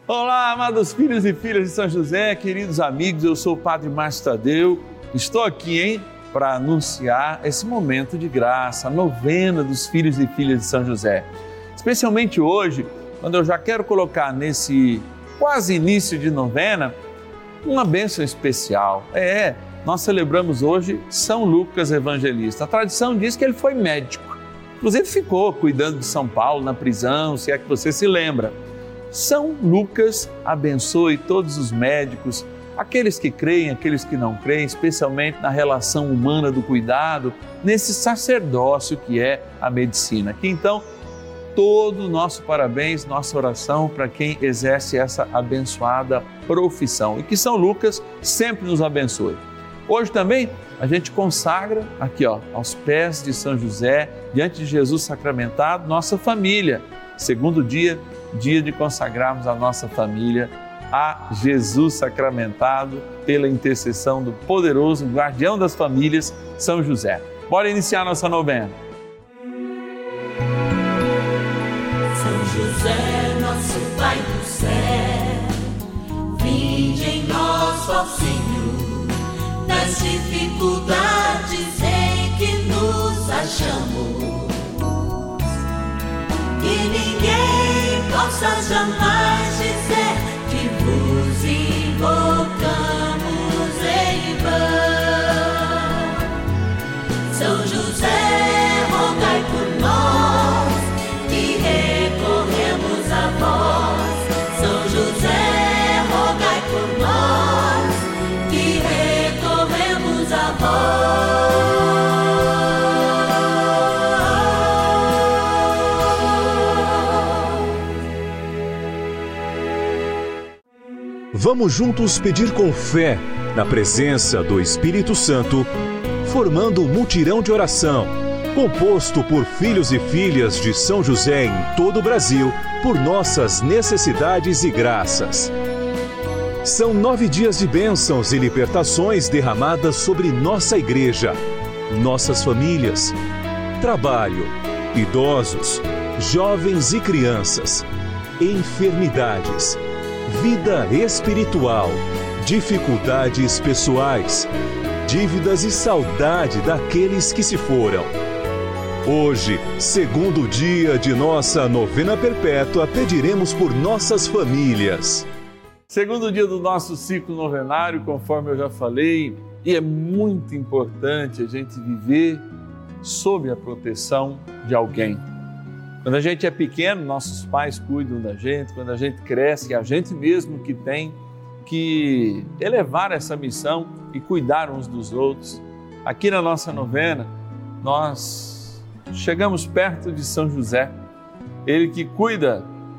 Olá, amados filhos e filhas de São José, queridos amigos, eu sou o Padre Márcio Tadeu, estou aqui, para anunciar esse momento de graça, a novena dos filhos e filhas de São José. Especialmente hoje, quando eu já quero colocar nesse quase início de novena, uma bênção especial. Nós celebramos hoje São Lucas Evangelista. A tradição diz que ele foi médico, inclusive ficou cuidando de São Paulo na prisão, se é que você se lembra. São Lucas abençoe todos os médicos, aqueles que creem, aqueles que não creem, especialmente na relação humana do cuidado, nesse sacerdócio que é a medicina. Aqui então, todo o nosso parabéns, nossa oração para quem exerce essa abençoada profissão e que São Lucas sempre nos abençoe. Hoje também a gente consagra aqui aos pés de São José, diante de Jesus sacramentado, nossa família. Segundo dia de consagrarmos a nossa família a Jesus sacramentado pela intercessão do poderoso guardião das famílias, São José. Bora iniciar nossa novena. São José, nosso Pai do céu, vinde em nós, ó Senhor, nas dificuldades em que nos achamos. Que ninguém possa jamais dizer que vos invocamos em vão. São José, rogai por nós, que recorremos a vós. São José, rogai por nós, que recorremos a vós. Vamos juntos pedir com fé, na presença do Espírito Santo, formando um mutirão de oração, composto por filhos e filhas de São José em todo o Brasil, por nossas necessidades e graças. São 9 dias de bênçãos e libertações derramadas sobre nossa igreja, nossas famílias, trabalho, idosos, jovens e crianças, enfermidades, vida espiritual, dificuldades pessoais, dívidas e saudade daqueles que se foram. Hoje, segundo dia de nossa novena perpétua, pediremos por nossas famílias. Segundo dia do nosso ciclo novenário, conforme eu já falei, e é muito importante a gente viver sob a proteção de alguém. Quando a gente é pequeno, nossos pais cuidam da gente, quando a gente cresce, é a gente mesmo que tem que elevar essa missão e cuidar uns dos outros. Aqui na nossa novena, nós chegamos perto de São José, ele que cuida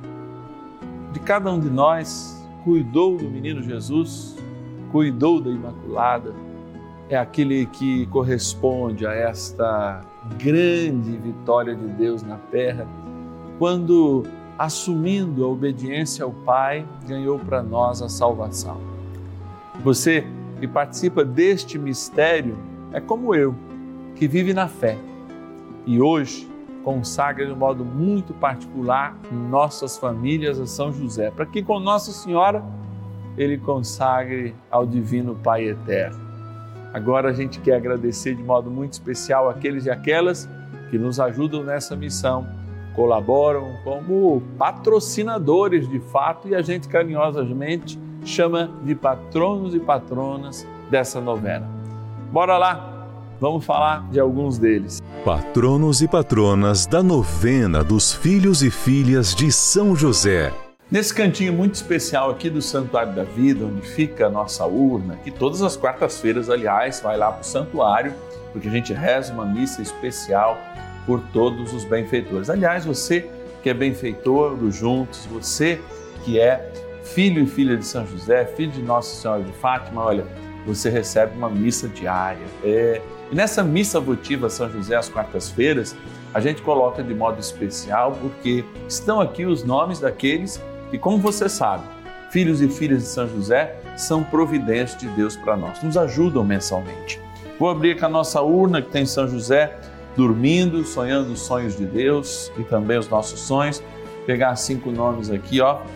de cada um de nós, cuidou do menino Jesus, cuidou da Imaculada, é aquele que corresponde a esta grande vitória de Deus na terra, quando, assumindo a obediência ao Pai, ganhou para nós a salvação. Você que participa deste mistério é como eu, que vive na fé e hoje consagra de um modo muito particular nossas famílias a São José, para que com Nossa Senhora ele consagre ao Divino Pai Eterno. Agora a gente quer agradecer de modo muito especial aqueles e aquelas que nos ajudam nessa missão, colaboram como patrocinadores de fato e a gente carinhosamente chama de patronos e patronas dessa novena. Bora lá, vamos falar de alguns deles. Patronos e patronas da novena dos filhos e filhas de São José. Nesse cantinho muito especial aqui do Santuário da Vida, onde fica a nossa urna, que todas as quartas-feiras, aliás, vai lá para o santuário, porque a gente reza uma missa especial por todos os benfeitores. Aliás, você que é benfeitor do Juntos, você que é filho e filha de São José, filho de Nossa Senhora de Fátima, olha, você recebe uma missa diária. E nessa missa votiva São José, às quartas-feiras, a gente coloca de modo especial, porque estão aqui os nomes daqueles que, como você sabe, filhos e filhas de São José são providências de Deus para nós, nos ajudam mensalmente. Vou abrir aqui a nossa urna que tem São José dormindo, sonhando os sonhos de Deus e também os nossos sonhos. Pegar 5 nomes aqui,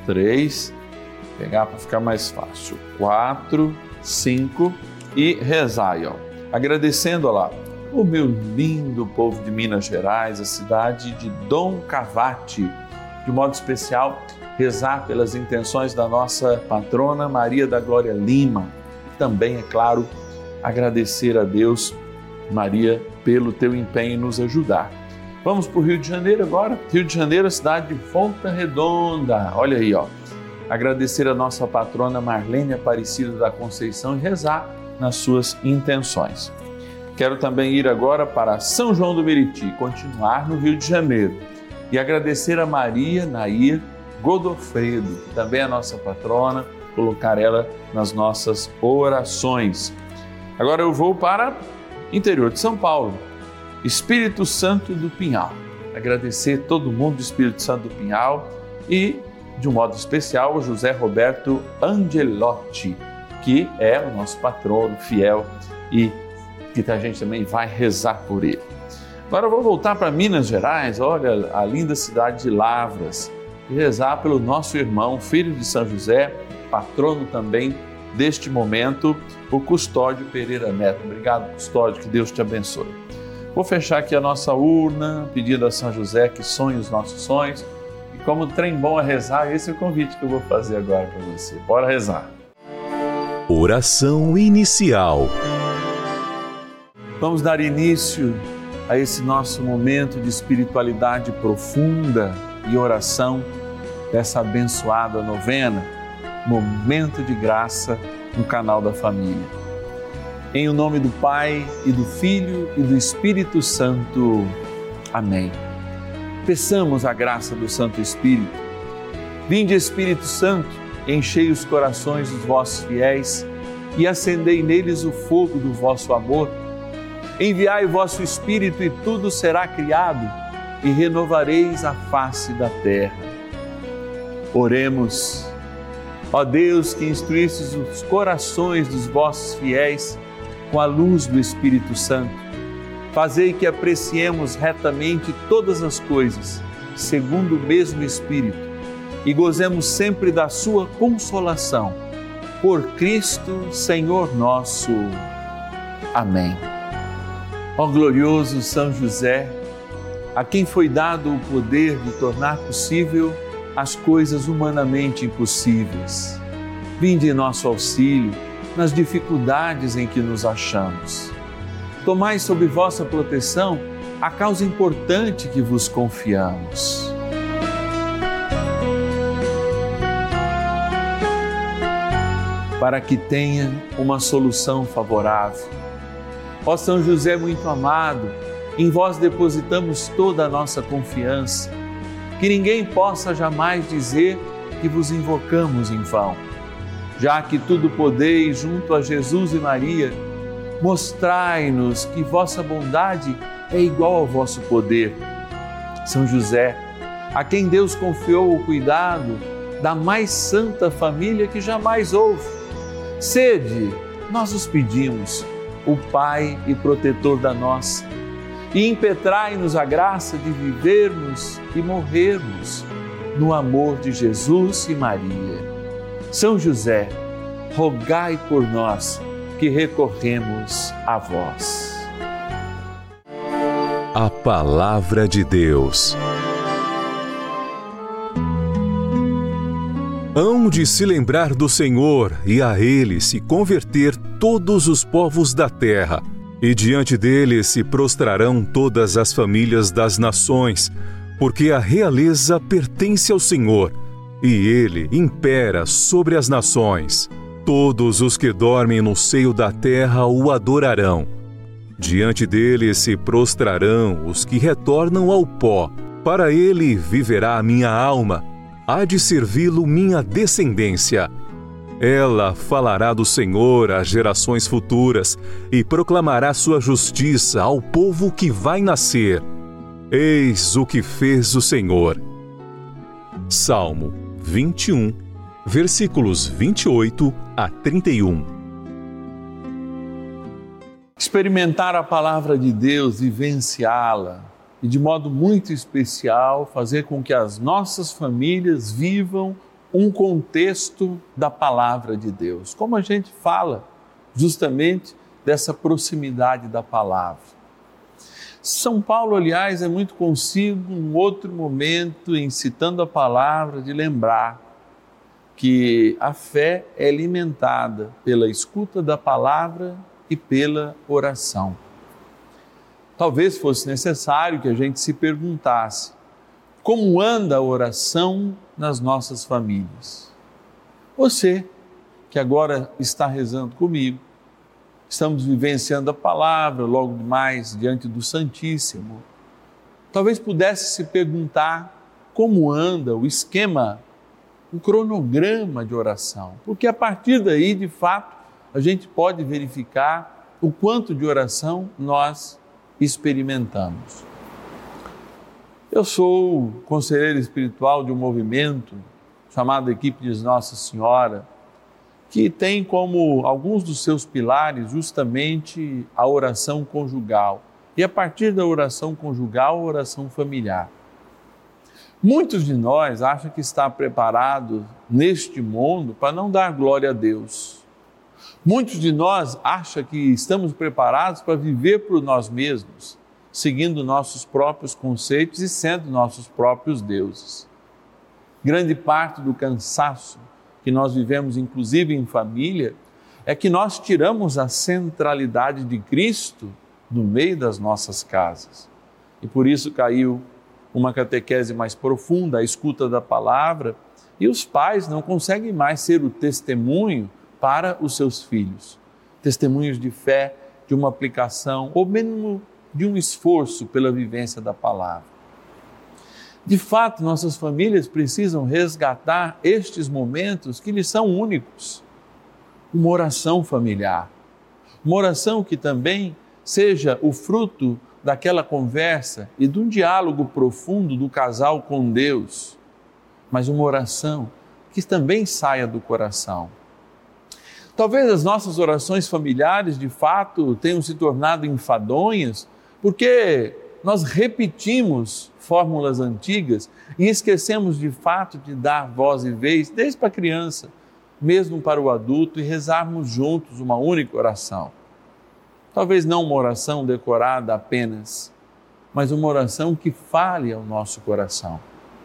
3, pegar para ficar mais fácil, 4, 5 e rezai, ó. Agradecendo, ó lá, o meu lindo povo de Minas Gerais, a cidade de Dom Cavate, de modo especial, rezar pelas intenções da nossa patrona Maria da Glória Lima. Também, é claro, agradecer a Deus, Maria, pelo teu empenho em nos ajudar. Vamos para o Rio de Janeiro agora. Rio de Janeiro, a cidade de Volta Redonda. Olha aí, ó. Agradecer a nossa patrona Marlene Aparecida da Conceição e rezar nas suas intenções. Quero também ir agora para São João do Meriti, continuar no Rio de Janeiro e agradecer a Maria Nair Godofredo, que também é a nossa patrona, colocar ela nas nossas orações. Agora eu vou para o interior de São Paulo, Espírito Santo do Pinhal. Agradecer todo mundo do Espírito Santo do Pinhal e, de um modo especial, o José Roberto Angelotti, que é o nosso patrono fiel e que a gente também vai rezar por ele. Agora eu vou voltar para Minas Gerais, olha a linda cidade de Lavras, e rezar pelo nosso irmão, filho de São José, patrono também deste momento, o Custódio Pereira Neto. Obrigado, Custódio, que Deus te abençoe. Vou fechar aqui a nossa urna, pedindo a São José que sonhe os nossos sonhos. E como trem bom é rezar, esse é o convite que eu vou fazer agora para você. Bora rezar. Oração inicial. Vamos dar início a esse nosso momento de espiritualidade profunda e oração dessa abençoada novena, Momento de Graça no canal da Família. Em o nome do Pai e do Filho e do Espírito Santo. Amém. Peçamos a graça do Santo Espírito. Vinde, Espírito Santo, enchei os corações dos vossos fiéis e acendei neles o fogo do vosso amor. Enviai o vosso Espírito e tudo será criado e renovareis a face da terra. Oremos. Ó Deus, que instruístes os corações dos vossos fiéis com a luz do Espírito Santo, fazei que apreciemos retamente todas as coisas, segundo o mesmo Espírito, e gozemos sempre da sua consolação. Por Cristo, Senhor nosso. Amém. Ó glorioso São José, a quem foi dado o poder de tornar possível as coisas humanamente impossíveis, vinde em nosso auxílio nas dificuldades em que nos achamos. Tomai sob vossa proteção a causa importante que vos confiamos. Para que tenha uma solução favorável. Ó São José muito amado, em vós depositamos toda a nossa confiança, que ninguém possa jamais dizer que vos invocamos em vão. Já que tudo podeis junto a Jesus e Maria, mostrai-nos que vossa bondade é igual ao vosso poder. São José, a quem Deus confiou o cuidado da mais santa família que jamais houve, sede, nós os pedimos, o Pai e protetor da nossa, e impetrai-nos a graça de vivermos e morrermos no amor de Jesus e Maria. São José, rogai por nós que recorremos a vós. A Palavra de Deus. Hão de se lembrar do Senhor e a Ele se converter todos os povos da terra, e diante dele se prostrarão todas as famílias das nações, porque a realeza pertence ao Senhor, e Ele impera sobre as nações. Todos os que dormem no seio da terra o adorarão. Diante dele se prostrarão os que retornam ao pó. Para ele viverá a minha alma, há de servi-lo minha descendência. Ela falará do Senhor às gerações futuras e proclamará sua justiça ao povo que vai nascer. Eis o que fez o Senhor. Salmo 21, versículos 28 a 31. Experimentar a palavra de Deus, vivenciá-la e de modo muito especial fazer com que as nossas famílias vivam um contexto da palavra de Deus. Como a gente fala justamente dessa proximidade da palavra. São Paulo, aliás, é muito consigo, em outro momento, em citando a palavra, de lembrar que a fé é alimentada pela escuta da palavra e pela oração. Talvez fosse necessário que a gente se perguntasse: como anda a oração nas nossas famílias? Você, que agora está rezando comigo, estamos vivenciando a palavra logo mais diante do Santíssimo. Talvez pudesse se perguntar como anda o esquema, o cronograma de oração, porque a partir daí, de fato, a gente pode verificar o quanto de oração nós experimentamos. Eu sou conselheiro espiritual de um movimento chamado Equipe de Nossa Senhora, que tem como alguns dos seus pilares justamente a oração conjugal. E a partir da oração conjugal, a oração familiar. Muitos de nós acham que está preparado neste mundo para não dar glória a Deus. Muitos de nós acham que estamos preparados para viver por nós mesmos, seguindo nossos próprios conceitos e sendo nossos próprios deuses. Grande parte do cansaço que nós vivemos, inclusive em família, é que nós tiramos a centralidade de Cristo no meio das nossas casas. E por isso caiu uma catequese mais profunda, a escuta da palavra, e os pais não conseguem mais ser o testemunho para os seus filhos. Testemunhos de fé, de uma aplicação, ou mesmo de um esforço pela vivência da palavra. De fato, nossas famílias precisam resgatar estes momentos que lhes são únicos. Uma oração familiar, uma oração que também seja o fruto daquela conversa e de um diálogo profundo do casal com Deus, mas uma oração que também saia do coração. Talvez as nossas orações familiares, de fato, tenham se tornado enfadonhas, porque nós repetimos fórmulas antigas e esquecemos de fato de dar voz e vez, desde para a criança, mesmo para o adulto, e rezarmos juntos uma única oração. Talvez não uma oração decorada apenas, mas uma oração que fale ao nosso coração.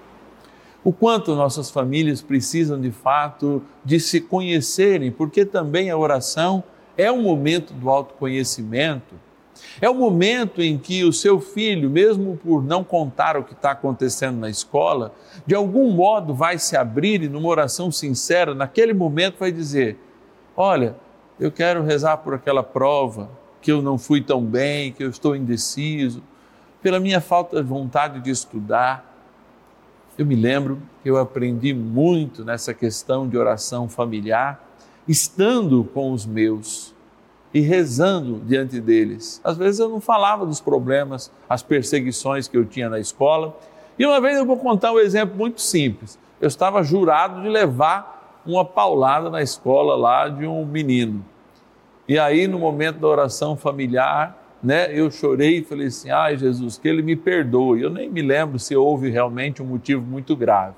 O quanto nossas famílias precisam de fato de se conhecerem, porque também a oração é um momento do autoconhecimento. É o momento em que o seu filho, mesmo por não contar o que está acontecendo na escola, de algum modo vai se abrir e numa oração sincera, naquele momento vai dizer: olha, eu quero rezar por aquela prova, que eu não fui tão bem, que eu estou indeciso, pela minha falta de vontade de estudar. Eu me lembro que eu aprendi muito nessa questão de oração familiar, estando com os meus e rezando diante deles. Às vezes eu não falava dos problemas, as perseguições que eu tinha na escola. E uma vez eu vou contar um exemplo muito simples. Eu estava jurado de levar uma paulada na escola lá de um menino. E aí, no momento da oração familiar, eu chorei e falei assim: ai Jesus, que ele me perdoe. Eu nem me lembro se houve realmente um motivo muito grave.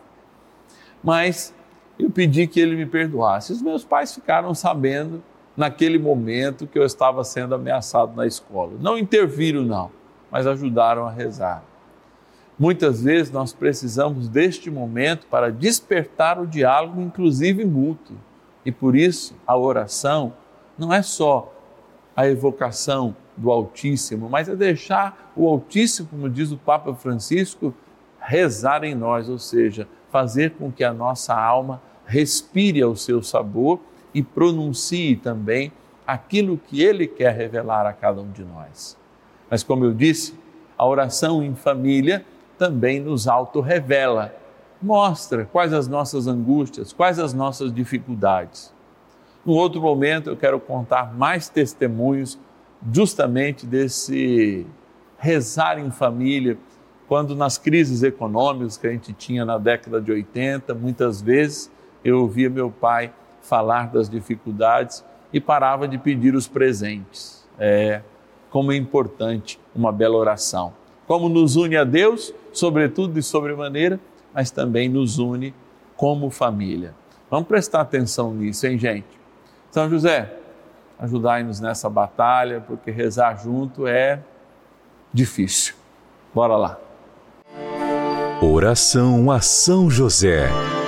Mas eu pedi que ele me perdoasse. Os meus pais ficaram sabendo naquele momento que eu estava sendo ameaçado na escola. Não interviram não, mas ajudaram a rezar. Muitas vezes nós precisamos deste momento para despertar o diálogo, inclusive mútuo. E por isso a oração não é só a evocação do Altíssimo, mas é deixar o Altíssimo, como diz o Papa Francisco, rezar em nós, ou seja, fazer com que a nossa alma respire ao seu sabor e pronuncie também aquilo que Ele quer revelar a cada um de nós. Mas como eu disse, a oração em família também nos autorrevela, mostra quais as nossas angústias, quais as nossas dificuldades. Num outro momento eu quero contar mais testemunhos justamente desse rezar em família, quando nas crises econômicas que a gente tinha na década de 80, muitas vezes eu ouvia meu pai falar das dificuldades e parava de pedir os presentes. Como é importante uma bela oração. Como nos une a Deus, sobretudo e sobremaneira, mas também nos une como família. Vamos prestar atenção nisso, hein, gente? São José, ajudai-nos nessa batalha, porque rezar junto é difícil. Bora lá. Oração a São José.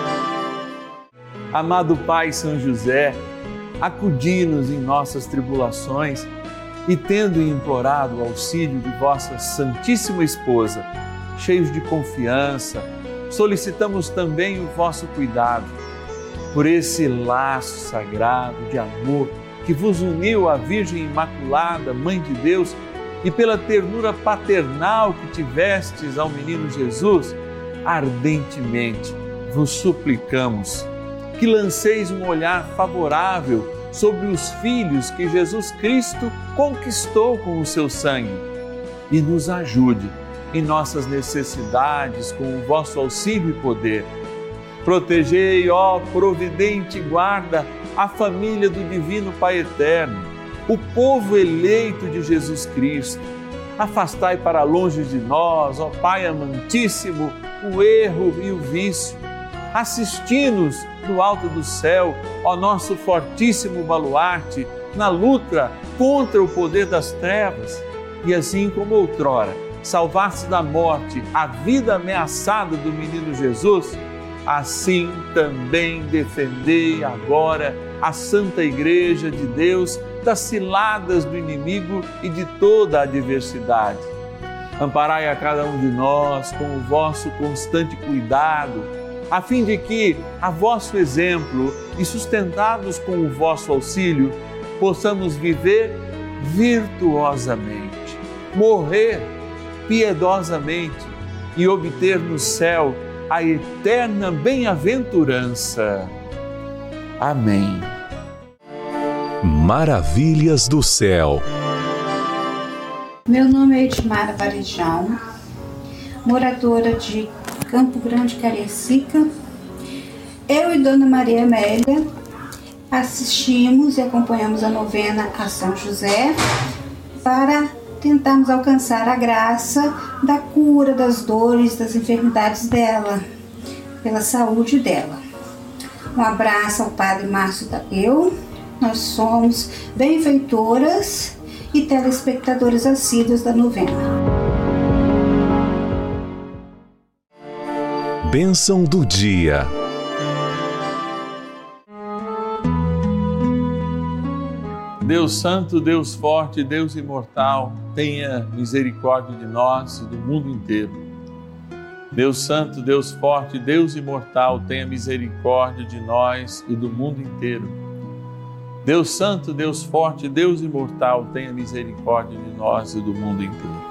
Amado Pai São José, acudi-nos em nossas tribulações e, tendo implorado o auxílio de vossa Santíssima Esposa, cheios de confiança, solicitamos também o vosso cuidado. Por esse laço sagrado de amor que vos uniu à Virgem Imaculada, Mãe de Deus, e pela ternura paternal que tivestes ao menino Jesus, ardentemente vos suplicamos que lanceis um olhar favorável sobre os filhos que Jesus Cristo conquistou com o seu sangue e nos ajude em nossas necessidades com o vosso auxílio e poder. Protegei, ó providente guarda, a família do Divino Pai Eterno, o povo eleito de Jesus Cristo. Afastai para longe de nós, ó Pai amantíssimo, o erro e o vício. Assisti-nos do alto do céu, ó nosso fortíssimo baluarte, na luta contra o poder das trevas. E assim como outrora salvaste da morte a vida ameaçada do menino Jesus, assim também defendei agora a Santa Igreja de Deus das ciladas do inimigo e de toda a adversidade. Amparai a cada um de nós com o vosso constante cuidado, a fim de que, a vosso exemplo e sustentados com o vosso auxílio, possamos viver virtuosamente, morrer piedosamente e obter no céu a eterna bem-aventurança. Amém. Maravilhas do céu. Meu nome é Edmara Varejão, moradora de Campo Grande, Cariacica. Eu e Dona Maria Amélia assistimos e acompanhamos a novena a São José para tentarmos alcançar a graça da cura das dores, das enfermidades dela, pela saúde dela. Um abraço ao Padre Márcio Tadeu. Nós somos benfeitoras e telespectadoras assíduas da novena. Bênção do dia. Deus Santo, Deus Forte, Deus Imortal, tenha misericórdia de nós e do mundo inteiro. Deus Santo, Deus Forte, Deus Imortal, tenha misericórdia de nós e do mundo inteiro. Deus Santo, Deus Forte, Deus Imortal, tenha misericórdia de nós e do mundo inteiro.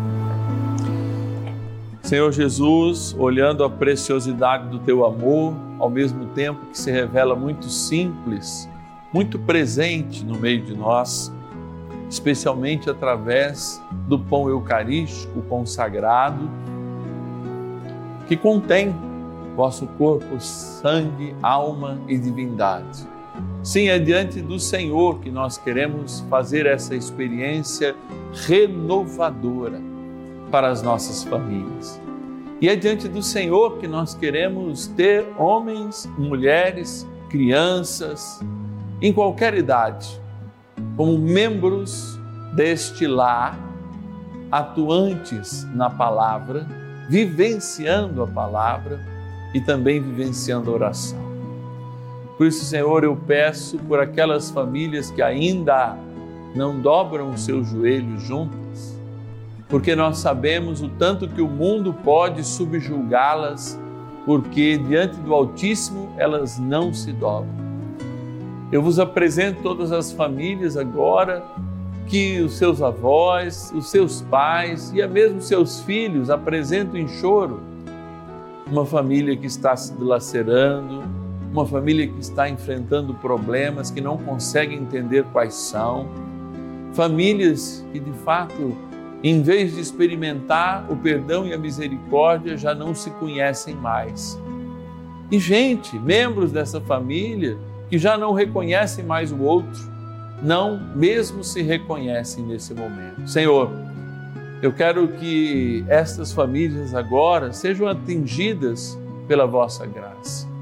Senhor Jesus, olhando a preciosidade do Teu amor, ao mesmo tempo que se revela muito simples, muito presente no meio de nós, especialmente através do pão eucarístico consagrado, que contém vosso corpo, sangue, alma e divindade. Sim, é diante do Senhor que nós queremos fazer essa experiência renovadora para as nossas famílias. E é diante do Senhor que nós queremos ter homens, mulheres, crianças, em qualquer idade, como membros deste lar, atuantes na palavra, vivenciando a palavra e também vivenciando a oração. Por isso, Senhor, eu peço por aquelas famílias que ainda não dobram os seus joelhos juntas, porque nós sabemos o tanto que o mundo pode subjugá-las, porque diante do Altíssimo elas não se dobram. Eu vos apresento todas as famílias agora, que os seus avós, os seus pais e mesmo os seus filhos apresentam em choro. Uma família que está se dilacerando, uma família que está enfrentando problemas que não consegue entender quais são, famílias que de fato, em vez de experimentar o perdão e a misericórdia, já não se conhecem mais. E gente, membros dessa família, que já não reconhecem mais o outro, não mesmo se reconhecem nesse momento. Senhor, eu quero que estas famílias agora sejam atingidas pela vossa graça.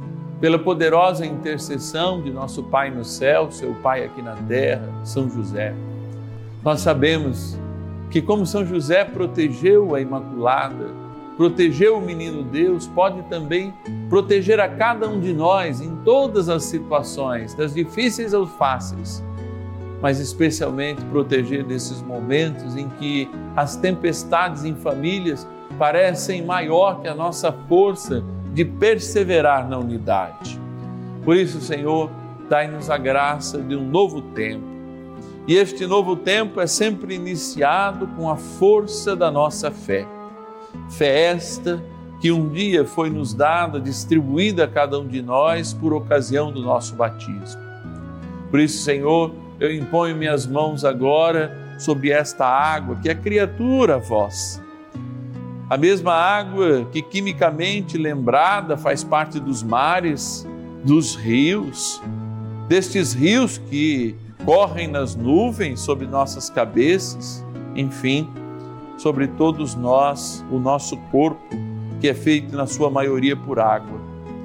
pela poderosa intercessão de nosso Pai no céu, seu Pai aqui na terra, São José. Nós sabemos que como São José protegeu a Imaculada, protegeu o menino Deus, pode também proteger a cada um de nós em todas as situações, das difíceis aos fáceis, mas especialmente proteger desses momentos em que as tempestades em famílias parecem maior que a nossa força de perseverar na unidade. Por isso, Senhor, dai-nos a graça de um novo tempo. E este novo tempo é sempre iniciado com a força da nossa fé. Fé esta que um dia foi nos dada, distribuída a cada um de nós por ocasião do nosso batismo. Por isso, Senhor, eu imponho minhas mãos agora sobre esta água que é criatura vossa. A mesma água que quimicamente lembrada faz parte dos mares, dos rios, destes rios que correm nas nuvens sobre nossas cabeças, enfim, sobre todos nós, o nosso corpo, que é feito na sua maioria por água.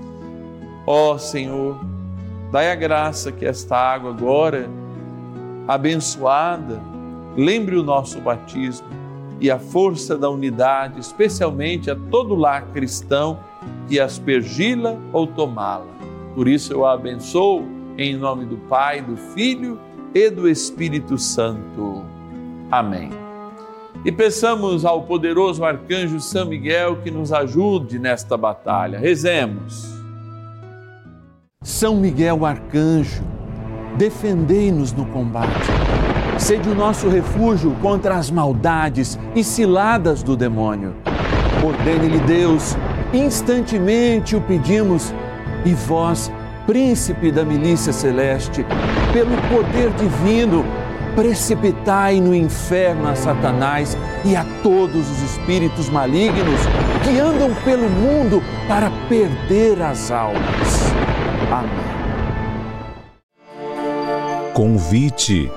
Ó Senhor, dai a graça que esta água agora, abençoada, lembre o nosso batismo e a força da unidade, especialmente a todo lar cristão que aspergi-la ou tomá-la. Por isso eu a abençoo em nome do Pai, do Filho e do Espírito Santo. Amém. E peçamos ao poderoso arcanjo São Miguel que nos ajude nesta batalha. Rezemos. São Miguel arcanjo, defendei-nos no combate. Sede o nosso refúgio contra as maldades e ciladas do demônio. Ordene-lhe Deus, instantemente o pedimos, e vós, príncipe da milícia celeste, pelo poder divino, precipitai no inferno a Satanás e a todos os espíritos malignos que andam pelo mundo para perder as almas. Amém. Convite.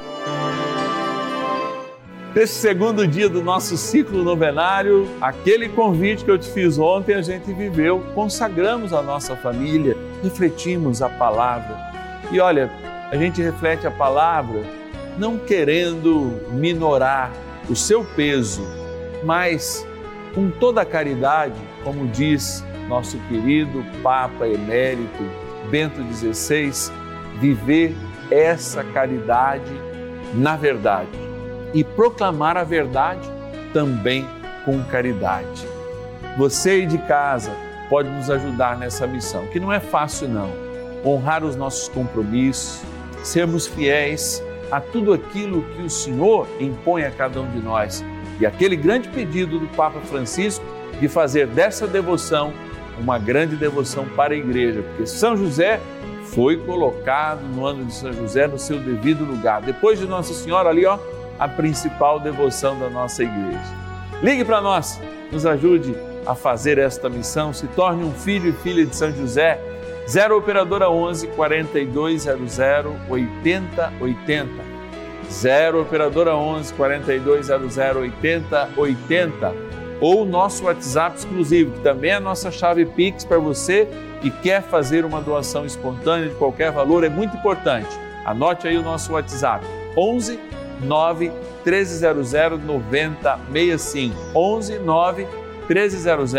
Nesse segundo dia do nosso ciclo novenário, aquele convite que eu te fiz ontem, a gente viveu, consagramos a nossa família, refletimos a palavra. E olha, a gente reflete a palavra não querendo minorar o seu peso, mas com toda a caridade, como diz nosso querido Papa Emérito Bento XVI, viver essa caridade na verdade e proclamar a verdade também com caridade. Você aí de casa pode nos ajudar nessa missão, que não é fácil não, honrar os nossos compromissos, sermos fiéis a tudo aquilo que o Senhor impõe a cada um de nós. E aquele grande pedido do Papa Francisco de fazer dessa devoção uma grande devoção para a Igreja, porque São José foi colocado no ano de São José no seu devido lugar. Depois de Nossa Senhora ali, a principal devoção da nossa Igreja. Ligue para nós, nos ajude a fazer esta missão, se torne um filho e filha de São José. 0 Operadora 11 4200 8080. 0 Operadora 11 4200 8080. Ou o nosso WhatsApp exclusivo, que também é a nossa chave Pix para você que quer fazer uma doação espontânea de qualquer valor, é muito importante. Anote aí o nosso WhatsApp, 11 9 1300 9065. 11 9 1300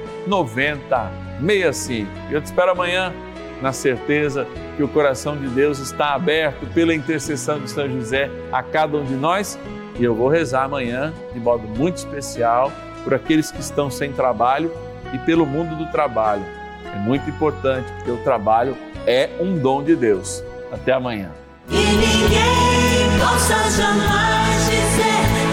9065. Eu te espero amanhã, na certeza que o coração de Deus está aberto pela intercessão de São José a cada um de nós. E eu vou rezar amanhã, de modo muito especial, por aqueles que estão sem trabalho e pelo mundo do trabalho. É muito importante, porque o trabalho é um dom de Deus. Até amanhã. E ninguém possa jamais dizer